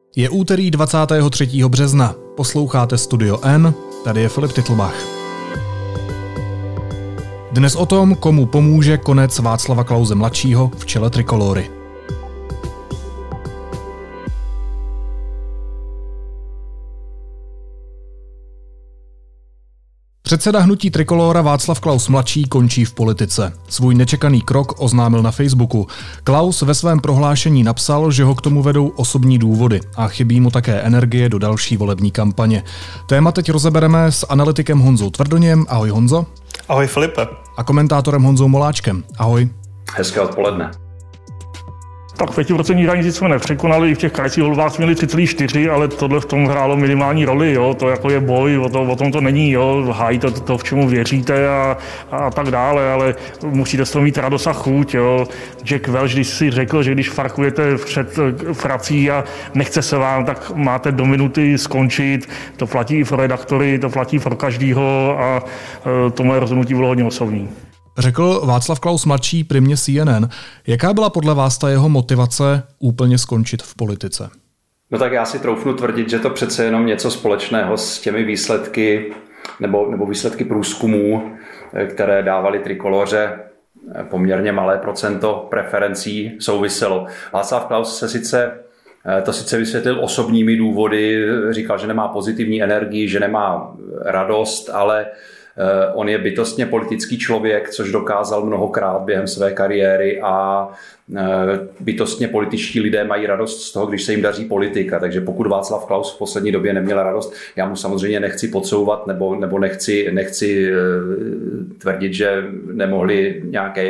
Je úterý 23. března. Posloucháte Studio N, tady je Filip Titlbach. Dnes o tom, komu pomůže konec Václava Klause mladšího v čele Trikolory. Předseda hnutí Trikolóra Václav Klaus mladší končí v politice. Svůj nečekaný krok oznámil na Facebooku. Klaus ve svém prohlášení napsal, že ho k tomu vedou osobní důvody a chybí mu také energie do další volební kampaně. Téma teď rozebereme s analytikem Honzou Tvrdoněm. Ahoj Honzo. Ahoj Filipe. A komentátorem Honzou Moláčkem. Ahoj. Hezké odpoledne. Tak 5% hranici jsme nepřekonali, i v těch krajských volbách jsme měli 3,4, ale tohle v tom hrálo minimální roli, jo. To jako je boj, o tom to není, jo. Hájíte to, v čemu věříte a tak dále, ale musíte z toho mít radost a chuť, jo. Jack Welch, když si řekl, že když farkujete před prací a nechce se vám, tak máte do minuty skončit. To platí i pro redaktory, to platí pro každýho a to moje rozhodnutí bylo hodně osobní. Řekl Václav Klaus mladší Primě CNN. Jaká byla podle vás ta jeho motivace úplně skončit v politice? No tak já si troufnu tvrdit, že to přece jenom něco společného s těmi výsledky nebo výsledky průzkumů, které dávali Trikoloře poměrně malé procento preferencí, souviselo. Václav Klaus se sice vysvětlil osobními důvody, říkal, že nemá pozitivní energii, že nemá radost, ale on je bytostně politický člověk, což dokázal mnohokrát během své kariéry a bytostně političtí lidé mají radost z toho, když se jim daří politika. Takže pokud Václav Klaus v poslední době neměl radost, já mu samozřejmě nechci podsouvat nebo nechci tvrdit, že nemohli nějaké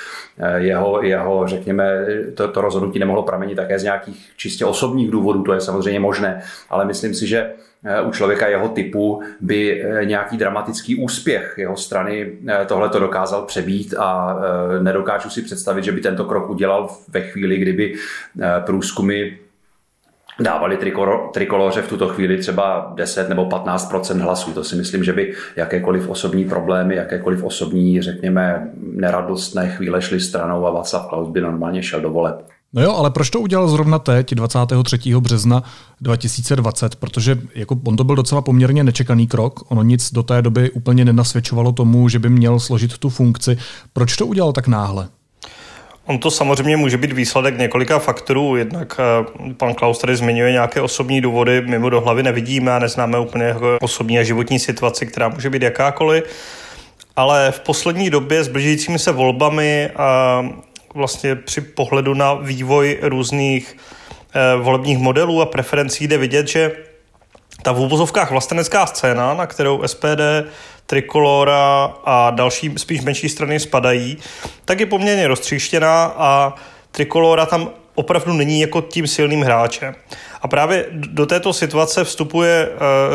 jeho řekněme, to rozhodnutí nemohlo pramenit také z nějakých čistě osobních důvodů, to je samozřejmě možné, ale myslím si, že u člověka jeho typu by nějaký dramatický úspěch jeho strany tohleto dokázal přebít a nedokážu si představit, že by tento krok udělal ve chvíli, kdyby průzkumy dávali Trikoloře v tuto chvíli třeba 10 nebo 15% hlasů. To si myslím, že by jakékoliv osobní problémy, jakékoliv osobní, řekněme, neradostné chvíle šly stranou a Václav Klaus by normálně šel do voleb. No jo, ale proč to udělal zrovna teď, 23. března 2020? Protože on to byl docela poměrně nečekaný krok. Ono nic do té doby úplně nenasvědčovalo tomu, že by měl složit tu funkci. Proč to udělal tak náhle? On to samozřejmě může být výsledek několika faktorů. Jednak pan Klaus tady zmiňuje nějaké osobní důvody, my mu do hlavy nevidíme a neznáme úplně jako osobní a životní situaci, která může být jakákoliv. Ale v poslední době s blížícími se volbami a vlastně při pohledu na vývoj různých volebních modelů a preferencí jde vidět, že ta v uvozovkách vlastenecká scéna, na kterou SPD, Trikolóra a další spíš menší strany spadají, tak je poměrně roztříštěná a Trikolóra tam opravdu není jako tím silným hráčem. A právě do této situace vstupuje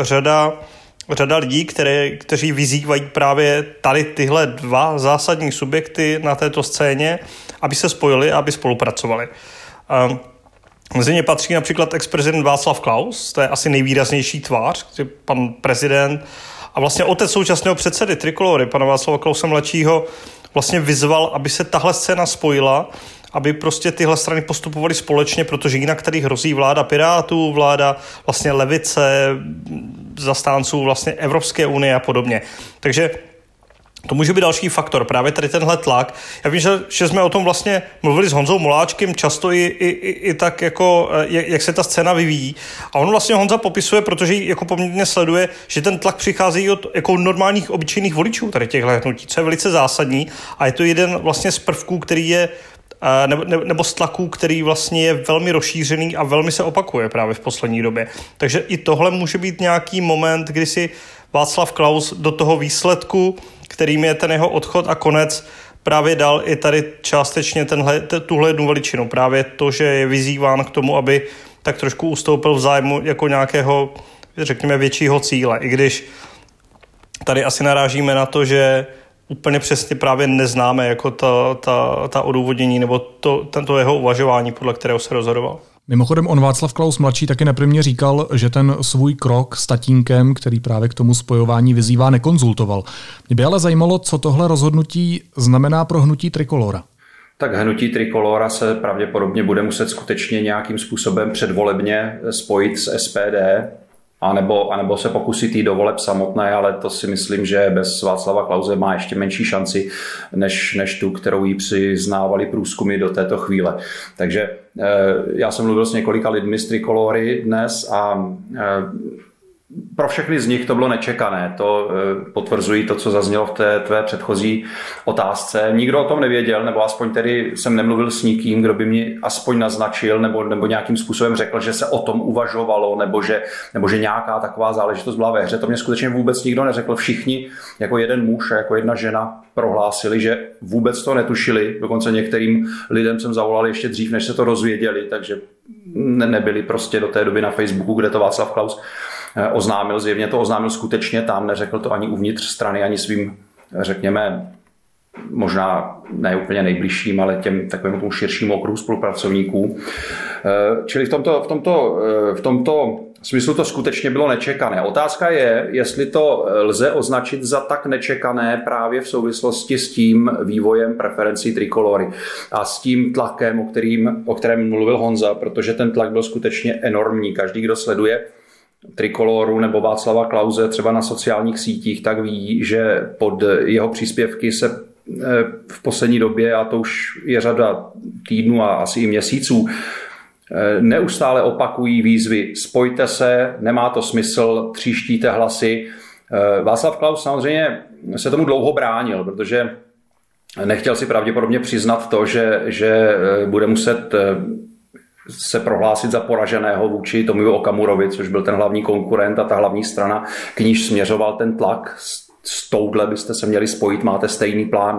řada lidí, kteří vyzývají právě tady tyhle dva zásadní subjekty na této scéně, aby se spojili a aby spolupracovali. Mezi ně patří například ex-prezident Václav Klaus, to je asi nejvýraznější tvář, pan prezident a vlastně otec současného předsedy Trikolory, pana Václava Klause mladšího, vlastně vyzval, aby se tahle scéna spojila, aby prostě tyhle strany postupovaly společně, protože jinak tady hrozí vláda Pirátů, vláda vlastně levice, zastánců vlastně Evropské unie a podobně. Takže to může být další faktor, právě tady tenhle tlak. Já vím, že jsme o tom vlastně mluvili s Honzou Moláčkem často i tak, jako, jak se ta scéna vyvíjí. A on vlastně Honza popisuje, protože ji jako poměrně sleduje, že ten tlak přichází od jako normálních, obyčejných voličů tady těchto hnutí, co je velice zásadní. A je to jeden vlastně z prvků, který je nebo z tlaků, který vlastně je velmi rozšířený a velmi se opakuje právě v poslední době. Takže i tohle může být nějaký moment, kdy si Václav Klaus do toho výsledku, kterým je ten jeho odchod a konec, právě dal i tady částečně tuhle jednu veličinu. Právě to, že je vyzýván k tomu, aby tak trošku ustoupil v zájmu jako nějakého, řekněme, většího cíle. I když tady asi narážíme na to, že úplně přesně právě neznáme jako ta odůvodnění nebo tento jeho uvažování, podle kterého se rozhodoval. Mimochodem on Václav Klaus mladší taky na Primě říkal, že ten svůj krok s tatínkem, který právě k tomu spojování vyzývá, nekonzultoval. Mě by ale zajímalo, co tohle rozhodnutí znamená pro hnutí Trikolóra. Tak hnutí Trikolóra se pravděpodobně bude muset skutečně nějakým způsobem předvolebně spojit s SPD, anebo se pokusit jít do voleb samotné, ale to si myslím, že bez Václava Klause má ještě menší šanci, než tu, kterou jí přiznávali průzkumy do této chvíle. Takže já jsem mluvil s několika lidmi z Trikolóry dnes a pro všechny z nich to bylo nečekané. To potvrzují to, co zaznělo v té tvé předchozí otázce. Nikdo o tom nevěděl, nebo aspoň tedy jsem nemluvil s nikým, kdo by mi aspoň naznačil nebo nějakým způsobem řekl, že se o tom uvažovalo, nebo že nějaká taková záležitost byla ve hře. To mě skutečně vůbec nikdo neřekl. Všichni jako jeden muž a jako jedna žena prohlásili, že vůbec to netušili. Dokonce některým lidem jsem zavolal ještě dřív, než se to dozvěděli, takže nebyli prostě do té doby na Facebooku, kde to Václav Klaus oznámil, zjevně to oznámil skutečně tam, neřekl to ani uvnitř strany, ani svým, řekněme, možná ne úplně nejbližším, ale takovému tomu širšímu okruhu spolupracovníků. Čili v tomto smyslu to skutečně bylo nečekané. Otázka je, jestli to lze označit za tak nečekané právě v souvislosti s tím vývojem preferencí Trikolóry a s tím tlakem, o kterém mluvil Honza, protože ten tlak byl skutečně enormní. Každý, kdo sleduje Trikolóru nebo Václava Klause třeba na sociálních sítích, tak ví, že pod jeho příspěvky se v poslední době, a to už je řada týdnů a asi i měsíců, neustále opakují výzvy: spojte se, nemá to smysl, tříštíte hlasy. Václav Klaus samozřejmě se tomu dlouho bránil, protože nechtěl si pravděpodobně přiznat to, že bude muset se prohlásit za poraženého vůči Tomio Okamurovi, což byl ten hlavní konkurent a ta hlavní strana, k níž směřoval ten tlak. S touhle byste se měli spojit, máte stejný plán,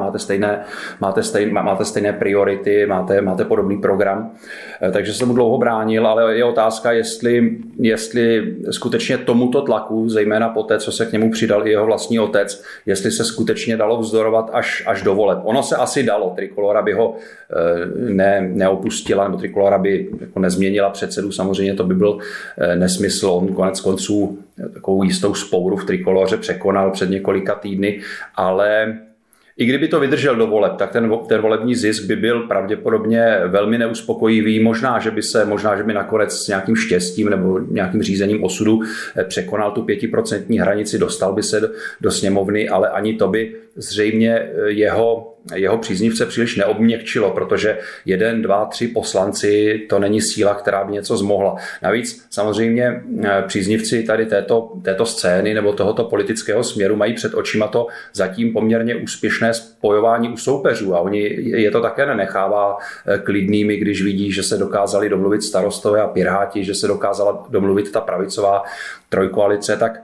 máte stejné priority, máte podobný program. Takže se mu dlouho bránil, ale je otázka, jestli skutečně tomuto tlaku, zejména po té, co se k němu přidal i jeho vlastní otec, jestli se skutečně dalo vzdorovat až do voleb. Ono se asi dalo, Trikolóra by ho neopustila, nebo Trikolóra by jako nezměnila předsedu, samozřejmě to by byl nesmysl. On konec konců takovou jistou spouru v Trikolóře překonal před několika týdny, ale i kdyby to vydržel do voleb, tak ten volební zisk by byl pravděpodobně velmi neuspokojivý. Možná, že by nakonec s nějakým štěstím nebo nějakým řízením osudu překonal tu 5% hranici, dostal by se do sněmovny, ale ani to by zřejmě jeho příznivce příliš neobměkčilo, protože 1, 2, 3 poslanci, to není síla, která by něco zmohla. Navíc samozřejmě příznivci tady této scény nebo tohoto politického směru mají před očima to zatím poměrně úspěšné spojování u soupeřů a je to také nenechává klidnými, když vidí, že se dokázali domluvit Starostové a Piráti, že se dokázala domluvit ta pravicová trojkoalice, tak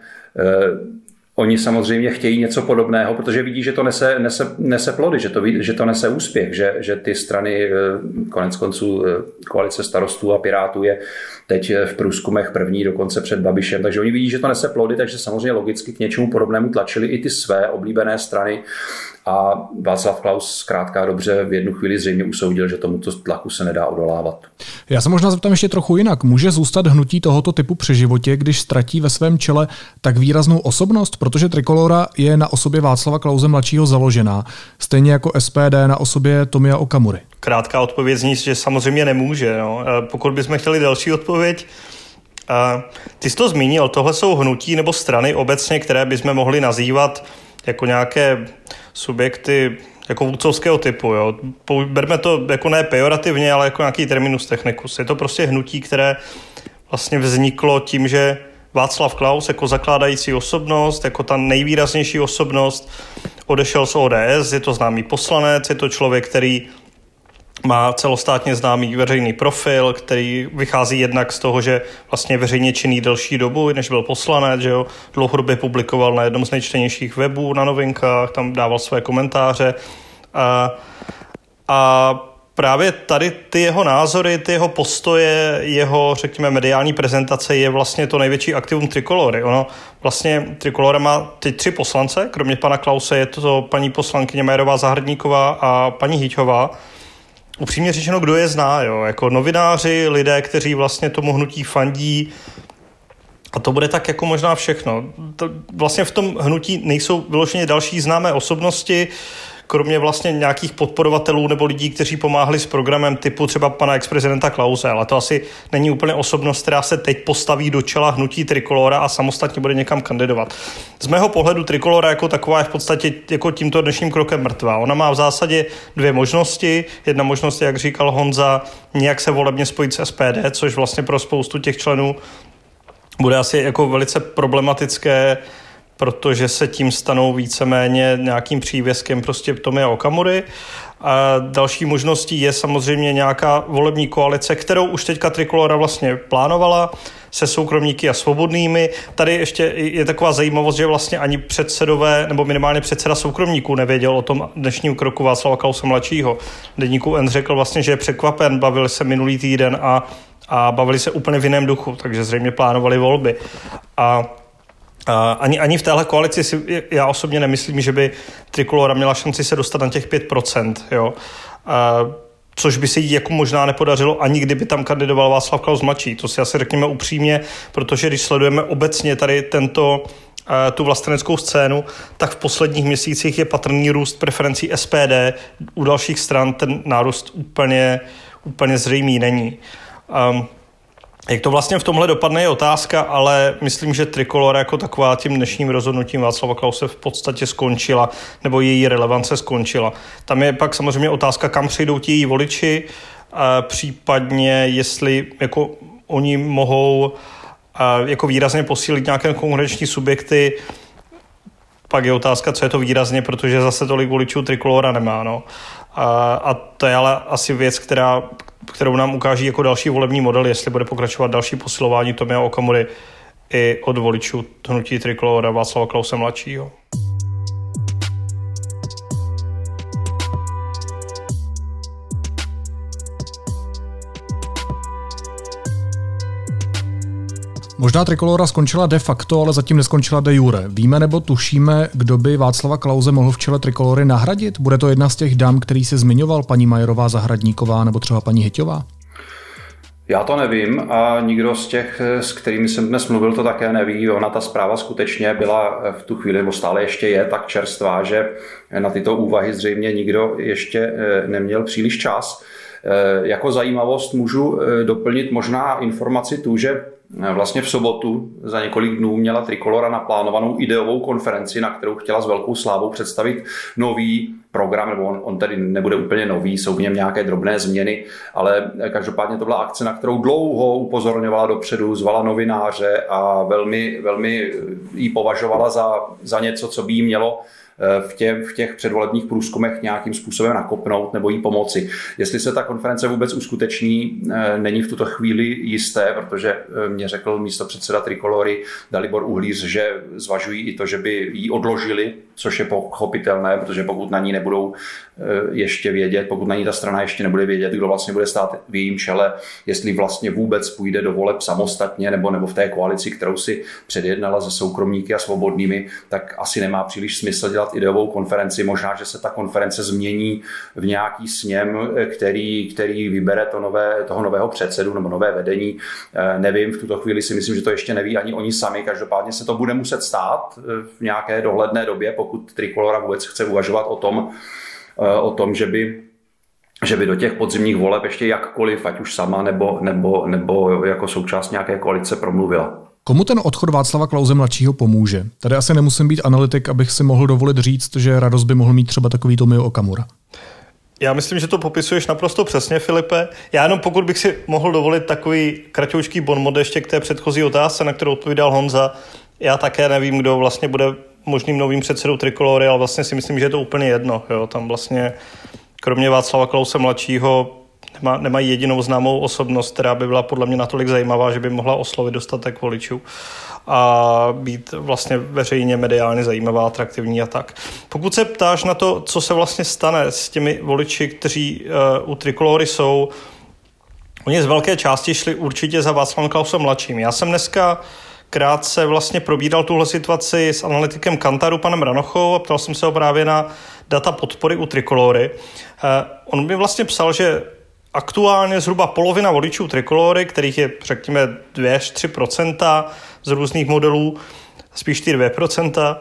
oni samozřejmě chtějí něco podobného, protože vidí, že to nese plody, že to nese úspěch, že ty strany, konec konců koalice Starostů a Pirátů je teď v průzkumech první, dokonce před Babišem, takže oni vidí, že to nese plody, takže samozřejmě logicky k něčemu podobnému tlačili i ty své oblíbené strany a Václav Klaus zkrátka dobře v jednu chvíli zřejmě usoudil, že tomuto tlaku se nedá odolávat. Já se možná zeptám ještě trochu jinak. Může zůstat hnutí tohoto typu při životě, když ztratí ve svém čele tak výraznou osobnost, protože Trikolóra je na osobě Václava Klause mladšího založená, stejně jako SPD na osobě Tomia Okamury? Krátká odpověď zní, že samozřejmě nemůže. No. Pokud bychom chtěli další odpověď, ty jsi to zmínil, tohle jsou hnutí nebo strany obecně, které bychom mohli nazývat jako nějaké subjekty jako vůdcovského typu. Jo. Berme to jako ne pejorativně, ale jako nějaký terminus technicus. Je to prostě hnutí, které vlastně vzniklo tím, že Václav Klaus jako zakládající osobnost, jako ta nejvýraznější osobnost, odešel z ODS, je to známý poslanec, je to člověk, který má celostátně známý veřejný profil, který vychází jednak z toho, že vlastně veřejně činný delší dobu, než byl poslanec, že jo, dlouhodobě publikoval na jednom z nejčtenějších webů na Novinkách, tam dával své komentáře a právě tady ty jeho názory, ty jeho postoje, jeho, řekněme, mediální prezentace je vlastně to největší aktivum Trikolóry. Ono vlastně Trikolóra má teď 3 poslance, kromě pana Klause je to paní poslankyně Majerová Zahradníková a paní Hyťhová. Upřímně řečeno, kdo je zná, jo? Jako novináři, lidé, kteří vlastně tomu hnutí fandí, a to bude tak jako možná všechno. Vlastně v tom hnutí nejsou vyloženě další známé osobnosti, kromě vlastně nějakých podporovatelů nebo lidí, kteří pomáhali s programem typu třeba pana ex-prezidenta Klause, ale to asi není úplně osobnost, která se teď postaví do čela hnutí Trikolóra a samostatně bude někam kandidovat. Z mého pohledu Trikolóra jako taková je v podstatě jako tímto dnešním krokem mrtvá. Ona má v zásadě dvě možnosti. Jedna možnost je, jak říkal Honza, nějak se volebně spojit s SPD, což vlastně pro spoustu těch členů bude asi jako velice problematické, protože se tím stanou víceméně nějakým přívěskem prostě Tomia Okamury. A další možností je samozřejmě nějaká volební koalice, kterou už teďka Trikolóra vlastně plánovala se soukromníky a svobodnými. Tady ještě je taková zajímavost, že vlastně ani předsedové, nebo minimálně předseda soukromníků nevěděl o tom dnešním kroku Václava Klause mladšího. Deníku N řekl vlastně, že je překvapen, bavili se minulý týden a bavili se úplně v jiném duchu, takže zřejmě plánovali volby. Ani v téhle koalici si já osobně nemyslím, že by Trikolóra měla šanci se dostat na těch 5%, jo. Což by se jí jako možná nepodařilo, ani kdyby tam kandidoval Václav Klaus mladší. To si asi řekněme upřímně, protože když sledujeme obecně tady tu vlasteneckou scénu, tak v posledních měsících je patrný růst preferencí SPD. U dalších stran ten nárůst úplně zřejmý není. Jak to vlastně v tomhle dopadne je otázka, ale myslím, že Trikolóra jako taková tím dnešním rozhodnutím Václava Klause v podstatě skončila, nebo její relevance skončila. Tam je pak samozřejmě otázka, kam přejdou ti její voliči, případně jestli jako oni mohou jako výrazně posílit nějaké konkurenční subjekty. Pak je otázka, co je to výrazně, protože zase tolik voličů Trikolóra nemá. No. A to je ale asi věc, kterou nám ukáží jako další volební model, jestli bude pokračovat další posilování Tomia Okamury i od voličů hnutí Trikolóra Václava Klause mladšího. Možná Trikolóra skončila de facto, ale zatím neskončila de jure. Víme nebo tušíme, kdo by Václava Klause mohl v čele Trikolóry nahradit? Bude to jedna z těch dam, který se zmiňoval, paní Majerová, Zahradníková nebo třeba paní Hyťová? Já to nevím a nikdo z těch, s kterými jsem dnes mluvil, to také neví. Ona ta zpráva skutečně byla v tu chvíli, nebo stále ještě je tak čerstvá, že na tyto úvahy zřejmě nikdo ještě neměl příliš čas. Jako zajímavost můžu doplnit možná informaci tu, že vlastně v sobotu za několik dnů měla Trikolóra naplánovanou ideovou konferenci, na kterou chtěla s velkou slávou představit nový program, nebo on tedy nebude úplně nový, jsou v něm nějaké drobné změny, ale každopádně to byla akce, na kterou dlouho upozorňovala dopředu, zvala novináře a velmi, velmi ji považovala za něco, co by jí mělo v těch předvolebních průzkumech nějakým způsobem nakopnout nebo jí pomoci. Jestli se ta konference vůbec uskuteční, není v tuto chvíli jisté, protože mě řekl místopředseda Trikolóry Dalibor Uhlíř, že zvažují i to, že by ji odložili, což je pochopitelné, protože pokud na ní nebudou ještě vědět, pokud na ní ta strana ještě nebude vědět, kdo vlastně bude stát v jejím čele, jestli vlastně vůbec půjde do voleb samostatně nebo v té koalici, kterou si předjednala se soukromníky a svobodnými, tak asi nemá příliš smysl dělat ideovou konferenci. Možná, že se ta konference změní v nějaký sněm, který vybere toho nového předsedu nebo nové vedení. Nevím, v tuto chvíli si myslím, že to ještě neví ani oni sami. Každopádně se to bude muset stát v nějaké dohledné době, pokud Trikolóra vůbec chce uvažovat o tom, že by do těch podzimních voleb ještě jakkoliv, ať už sama nebo jako součást nějaké koalice promluvila. Komu ten odchod Václava Klause mladšího pomůže? Tady asi nemusím být analytik, abych si mohl dovolit říct, že radost by mohl mít třeba takový Tomio Okamura. Já myslím, že to popisuješ naprosto přesně, Filipe. Já jenom pokud bych si mohl dovolit takový kratoučký bonmot ještě k té předchozí otázce, na kterou odpovídal Honza. Já také nevím, kdo vlastně bude možným novým předsedou Trikolóry, ale vlastně si myslím, že je to úplně jedno. Jo? Tam vlastně kromě Václava Klause mladšího nemají jedinou známou osobnost, která by byla podle mě natolik zajímavá, že by mohla oslovit dostatek voličů a být vlastně veřejně mediálně zajímavá, atraktivní a tak. Pokud se ptáš na to, co se vlastně stane s těmi voliči, kteří u Trikolóry jsou, oni z velké části šli určitě za Václavem Klausem mladším. Já jsem dneska krátce vlastně probíral tuhle situaci s analytikem Kantaru panem Ranochou a ptal jsem se ho právě na data podpory u Trikolóry. On mi vlastně psal, že aktuálně zhruba polovina voličů Trikolóry, kterých je řekněme 2-3% z různých modelů, spíš ty 2%,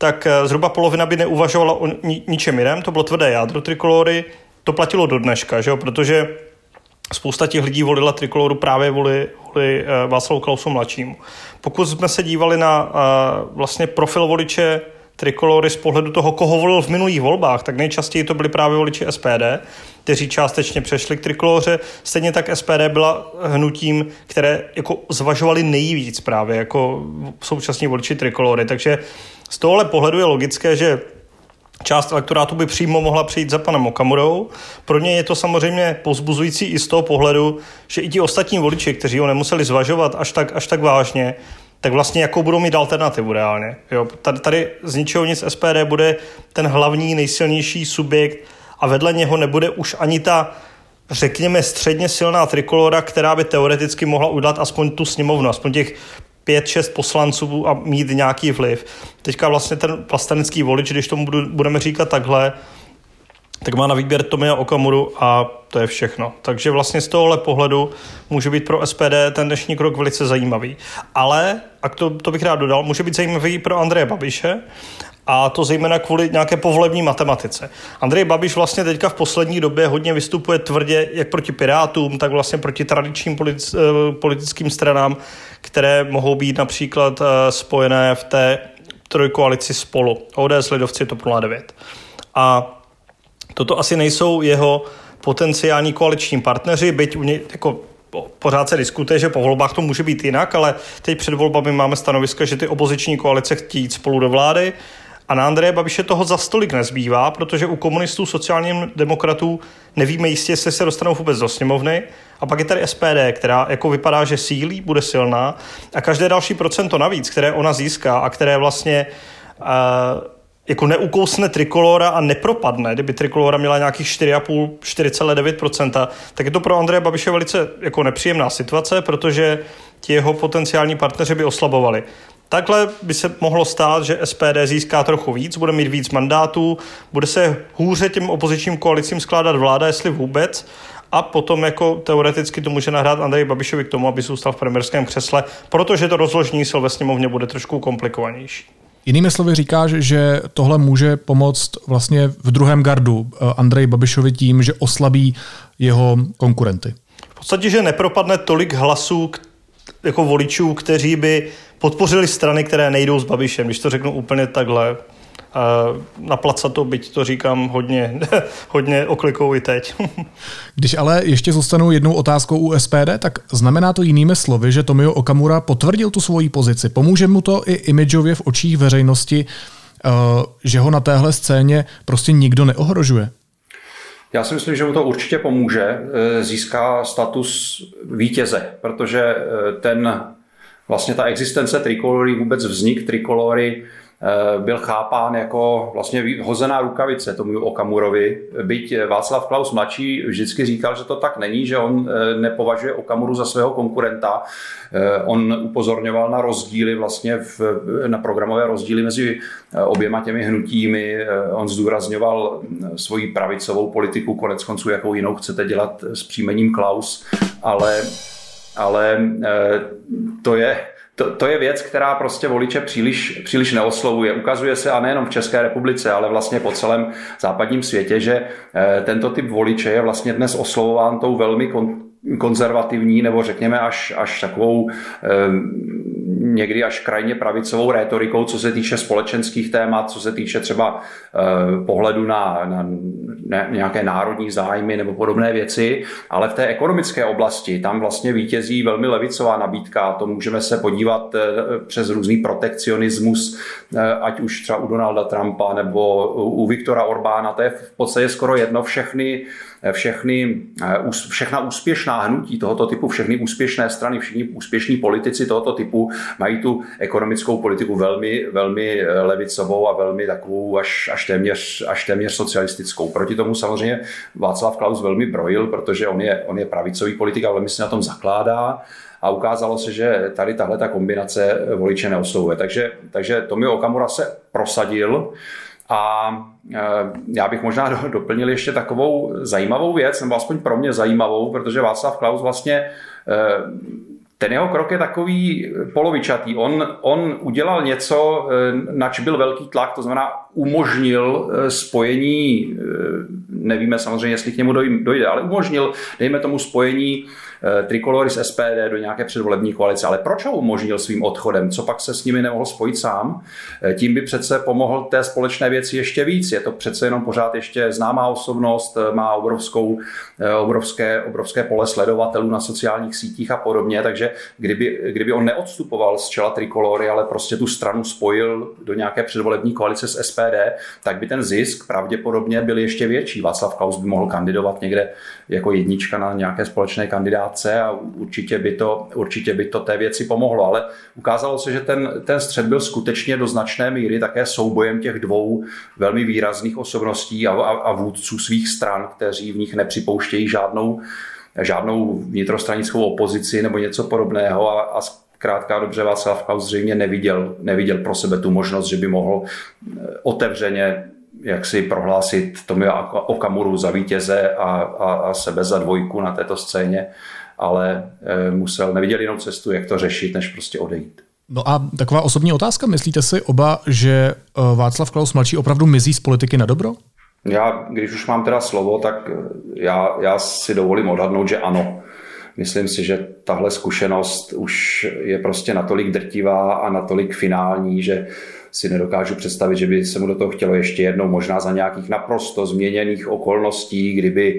tak zhruba polovina by neuvažovala o ničem jiném, to bylo tvrdé jádro Trikolory, to platilo do dneška, že jo? Protože spousta těch lidí volila Trikoloru právě voli Václavu Klausu mladšímu. Pokud jsme se dívali na vlastně profil voliče Trikolory z pohledu toho, koho volil v minulých volbách, tak nejčastěji to byli právě voliči SPD, kteří částečně přešli k Trikoloře. Stejně tak SPD byla hnutím, které jako zvažovali nejvíc právě jako současní voliči Trikolory. Takže z tohohle pohledu je logické, že část elektorátu by přímo mohla přijít za panem Okamurou. Pro ně je to samozřejmě povzbuzující i z toho pohledu, že i ti ostatní voliči, kteří ho nemuseli zvažovat až tak vážně, tak vlastně jakou budou mít alternativu reálně. Jo? Tady z ničeho nic SPD bude ten hlavní, nejsilnější subjekt a vedle něho nebude už ani ta, řekněme, středně silná Trikolora, která by teoreticky mohla udělat aspoň tu sněmovnu, aspoň těch 5-6 poslanců a mít nějaký vliv. Teďka vlastně ten vlastenecký volič, když tomu budeme říkat takhle, tak má na výběr Tomia Okamuru a to je všechno. Takže vlastně z tohohle pohledu může být pro SPD ten dnešní krok velice zajímavý. Ale, a to bych rád dodal, může být zajímavý pro Andreje Babiše, a to zejména kvůli nějaké povolební matematice. Andrej Babiš vlastně teďka v poslední době hodně vystupuje tvrdě jak proti Pirátům, tak vlastně proti tradičním politickým stranám, které mohou být například spojené v té trojkoalici Spolu. ODS, lidovci, TOP 09. A toto asi nejsou jeho potenciální koaliční partneři, byť u něj jako pořád se diskutuje, že po volbách to může být jinak, ale teď před volbami máme stanoviska, že ty opoziční koalice chtějí jít Spolu do vlády a na Andreje Babiše toho za stolik nezbývá, protože u komunistů, sociálních demokratů nevíme jistě, jestli se dostanou vůbec do sněmovny. A pak je tady SPD, která jako vypadá, že sílí, bude silná a každé další procento navíc, které ona získá a které vlastně jako neukousne Trikolora a nepropadne, kdyby Trikolora měla nějakých 4,9%, tak je to pro Andreje Babiše velice jako nepříjemná situace, protože ti jeho potenciální partneři by oslabovali. Takhle by se mohlo stát, že SPD získá trochu víc, bude mít víc mandátů, bude se hůře těm opozičním koalicím skládat vláda, jestli vůbec, a potom jako teoreticky to může nahrát Andreji Babišovi k tomu, aby zůstal v premiérském křesle, protože to rozložení sil ve sněmovně bude trošku komplikovanější. Jinými slovy říkáš, že tohle může pomoct vlastně v druhém gardu Andreji Babišovi tím, že oslabí jeho konkurenty. V podstatě, že nepropadne tolik hlasů jako voličů, kteří by podpořili strany, které nejdou s Babišem, když to řeknu úplně takhle. Na placato, byť to říkám hodně oklikou i teď. Když ale ještě zůstanu jednou otázkou u SPD, tak znamená to jinými slovy, že Tomio Okamura potvrdil tu svoji pozici. Pomůže mu to i imidžově v očích veřejnosti, že ho na téhle scéně prostě nikdo neohrožuje? Já si myslím, že mu to určitě pomůže. Získá status vítěze, protože vlastně ta existence Trikolory, vůbec vznik Trikolory byl chápán jako vlastně hozená rukavice tomu Okamurovi. Byť Václav Klaus mladší vždycky říkal, že to tak není, že on nepovažuje Okamuru za svého konkurenta. On upozorňoval na rozdíly vlastně na programové rozdíly mezi oběma těmi hnutími. On zdůrazňoval svoji pravicovou politiku, koneckonců jakou jinou chcete dělat s příjmením Klaus, ale to je věc, která prostě voliče příliš neoslovuje. Ukazuje se, a nejenom v České republice, ale vlastně po celém západním světě, že tento typ voliče je vlastně dnes oslovován tou velmi konzervativní, nebo řekněme až takovou někdy až krajně pravicovou rétorikou, co se týče společenských témat, co se týče třeba pohledu na nějaké národní zájmy nebo podobné věci, ale v té ekonomické oblasti tam vlastně vítězí velmi levicová nabídka. To můžeme se podívat přes různý protekcionismus, ať už třeba u Donalda Trumpa nebo u Viktora Orbána. To je v podstatě skoro jedno. Všechna úspěšná hnutí tohoto typu, všechny úspěšné strany, všichni úspěšní politici tohoto typu mají tu ekonomickou politiku velmi, velmi levicovou a velmi takovou až téměř socialistickou. Proti tomu samozřejmě Václav Klaus velmi brojil, protože on je pravicový politik a velmi se na tom zakládá. A ukázalo se, že tady tahleta kombinace voliče neoslovuje. Takže Tomio Okamura se prosadil. A já bych možná doplnil ještě takovou zajímavou věc, nebo aspoň pro mě zajímavou, protože Václav Klaus vlastně ten jeho krok je takový polovičatý. On udělal něco, nač byl velký tlak, to znamená umožnil spojení, nevíme samozřejmě, jestli k němu dojde, ale umožnil, dejme tomu, spojení Trikolory s SPD do nějaké předvolební koalice. Ale proč ho umožnil svým odchodem? Co pak se s nimi nemohl spojit sám? Tím by přece pomohl té společné věci ještě víc. Je to přece jenom pořád ještě známá osobnost, má obrovské pole sledovatelů na sociálních sítích a podobně, takže kdyby on neodstupoval z čela Trikolory, ale prostě tu stranu spojil do nějaké předvolební koalice s SPD, tak by ten zisk pravděpodobně byl ještě větší. Václav Klaus by mohl kandidovat někde jako jednička na nějaké společné kandidátce a určitě by to té věci pomohlo, ale ukázalo se, že ten střet byl skutečně do značné míry také soubojem těch dvou velmi výrazných osobností a vůdců svých stran, kteří v nich nepřipouštějí žádnou vnitrostranickou opozici nebo něco podobného a zkrátka dobře Václav Klaus zřejmě neviděl pro sebe tu možnost, že by mohl otevřeně jak si prohlásit Tomia Okamuru za vítěze a sebe za dvojku na této scéně, ale neviděl jinou cestu, jak to řešit, než prostě odejít. No a taková osobní otázka, myslíte si oba, že Václav Klaus mladší opravdu mizí z politiky na dobro? Já, když už mám teda slovo, tak já si dovolím odhadnout, že ano. Myslím si, že tahle zkušenost už je prostě natolik drtivá a natolik finální, že si nedokážu představit, že by se mu do toho chtělo ještě jednou, možná za nějakých naprosto změněných okolností, kdyby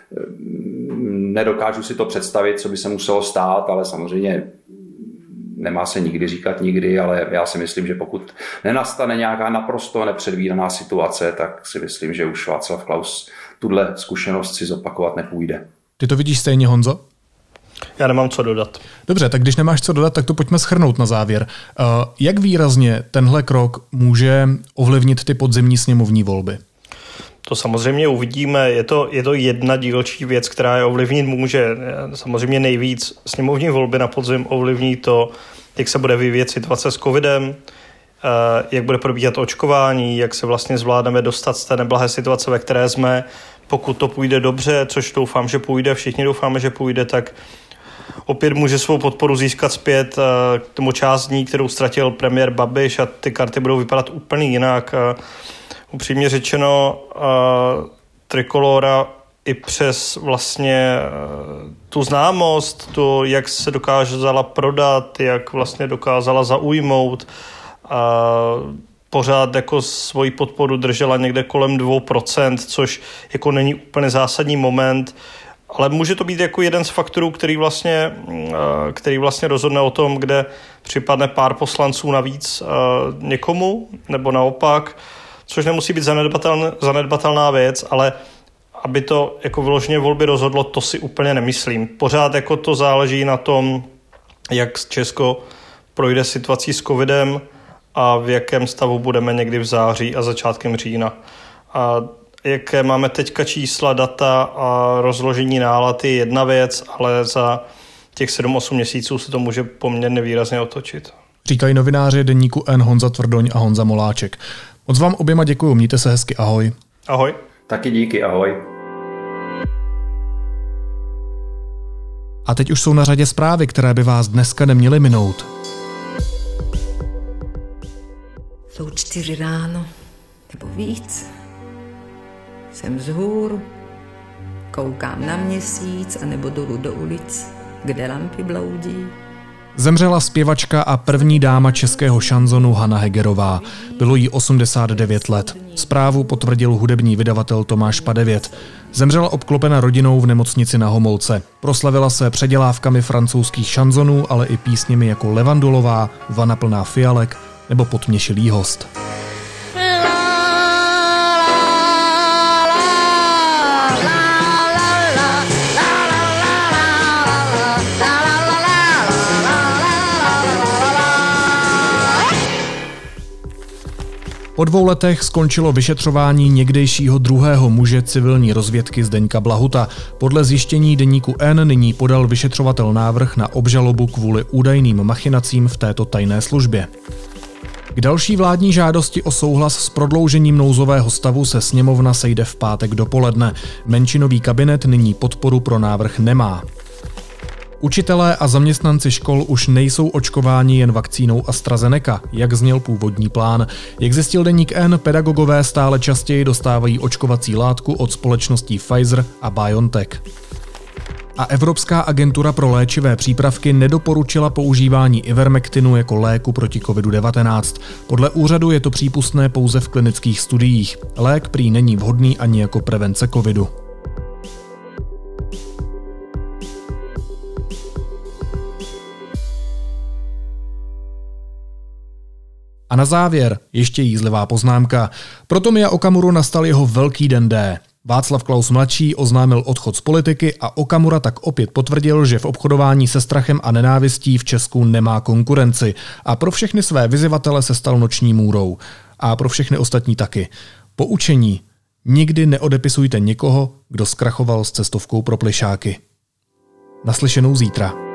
nedokážu si to představit, co by se muselo stát, ale samozřejmě nemá se nikdy říkat nikdy, ale já si myslím, že pokud nenastane nějaká naprosto nepředvídaná situace, tak si myslím, že už Václav Klaus tuhle zkušenost si zopakovat nepůjde. Ty to vidíš stejně, Honzo? Já nemám co dodat. Dobře, tak když nemáš co dodat, tak to pojďme shrnout na závěr. Jak výrazně tenhle krok může ovlivnit ty podzimní sněmovní volby? To samozřejmě uvidíme. Je to jedna dílčí věc, která je ovlivnit může. Samozřejmě nejvíc sněmovní volby na podzim ovlivní to, jak se bude vyvíjet situace s covidem, jak bude probíhat očkování, jak se vlastně zvládneme dostat z té neblahé situace, ve které jsme. Pokud to půjde dobře, což doufám, že půjde, všichni doufáme, že půjde, tak opět může svou podporu získat zpět k tomu část dní, kterou ztratil premiér Babiš a ty karty budou vypadat úplně jinak. Upřímně řečeno, Trikolóra i přes vlastně tu známost, to, jak se dokázala prodat, jak vlastně dokázala zaujmout, pořád jako svoji podporu držela někde kolem 2%, což jako není úplně zásadní moment, ale může to být jako jeden z faktorů, který vlastně rozhodne o tom, kde připadne pár poslanců navíc někomu, nebo naopak, což nemusí být zanedbatelná věc, ale aby to jako vyloženě volby rozhodlo, to si úplně nemyslím. Pořád jako to záleží na tom, jak Česko projde situací s covidem a v jakém stavu budeme někdy v září a začátkem října. A jaké máme teďka čísla, data a rozložení nálad je jedna věc, ale za těch 7-8 měsíců se to může poměrně výrazně otočit. Říkají novináři deníku N Honza Tvrdoň a Honza Moláček. Moc vám oběma děkuju, mějte se hezky, ahoj. Ahoj. Taky díky, ahoj. A teď už jsou na řadě zprávy, které by vás dneska neměly minout. Jsou 4 ráno, nebo víc. Jsem vzhůru, koukám na měsíc, anebo dolů do ulic, kde lampy bloudí. Zemřela zpěvačka a první dáma českého šanzonu Hana Hegerová. Bylo jí 89 let. Zprávu potvrdil hudební vydavatel Tomáš Padevět. Zemřela obklopena rodinou v nemocnici na Homolce. Proslavila se předělávkami francouzských šanzonů, ale i písněmi jako Levandulová, Vana plná fialek nebo Potměšilý host. Po 2 letech skončilo vyšetřování někdejšího druhého muže civilní rozvědky Zdeňka Blahuta. Podle zjištění deníku N nyní podal vyšetřovatel návrh na obžalobu kvůli údajným machinacím v této tajné službě. K další vládní žádosti o souhlas s prodloužením nouzového stavu se sněmovna sejde v pátek dopoledne. Menšinový kabinet nyní podporu pro návrh nemá. Učitelé a zaměstnanci škol už nejsou očkováni jen vakcínou AstraZeneca, jak zněl původní plán. Jak zjistil deník N, pedagogové stále častěji dostávají očkovací látku od společností Pfizer a BioNTech. A Evropská agentura pro léčivé přípravky nedoporučila používání Ivermektinu jako léku proti COVID-19. Podle úřadu je to přípustné pouze v klinických studiích. Lék prý není vhodný ani jako prevence covidu. A na závěr ještě jízlivá poznámka. Pro Tomia Okamuru nastal jeho velký den D. Václav Klaus mladší oznámil odchod z politiky a Okamura tak opět potvrdil, že v obchodování se strachem a nenávistí v Česku nemá konkurenci a pro všechny své vyzývatele se stal noční můrou. A pro všechny ostatní taky. Poučení. Nikdy neodepisujte někoho, kdo zkrachoval s cestovkou pro plyšáky. Naslyšenou zítra.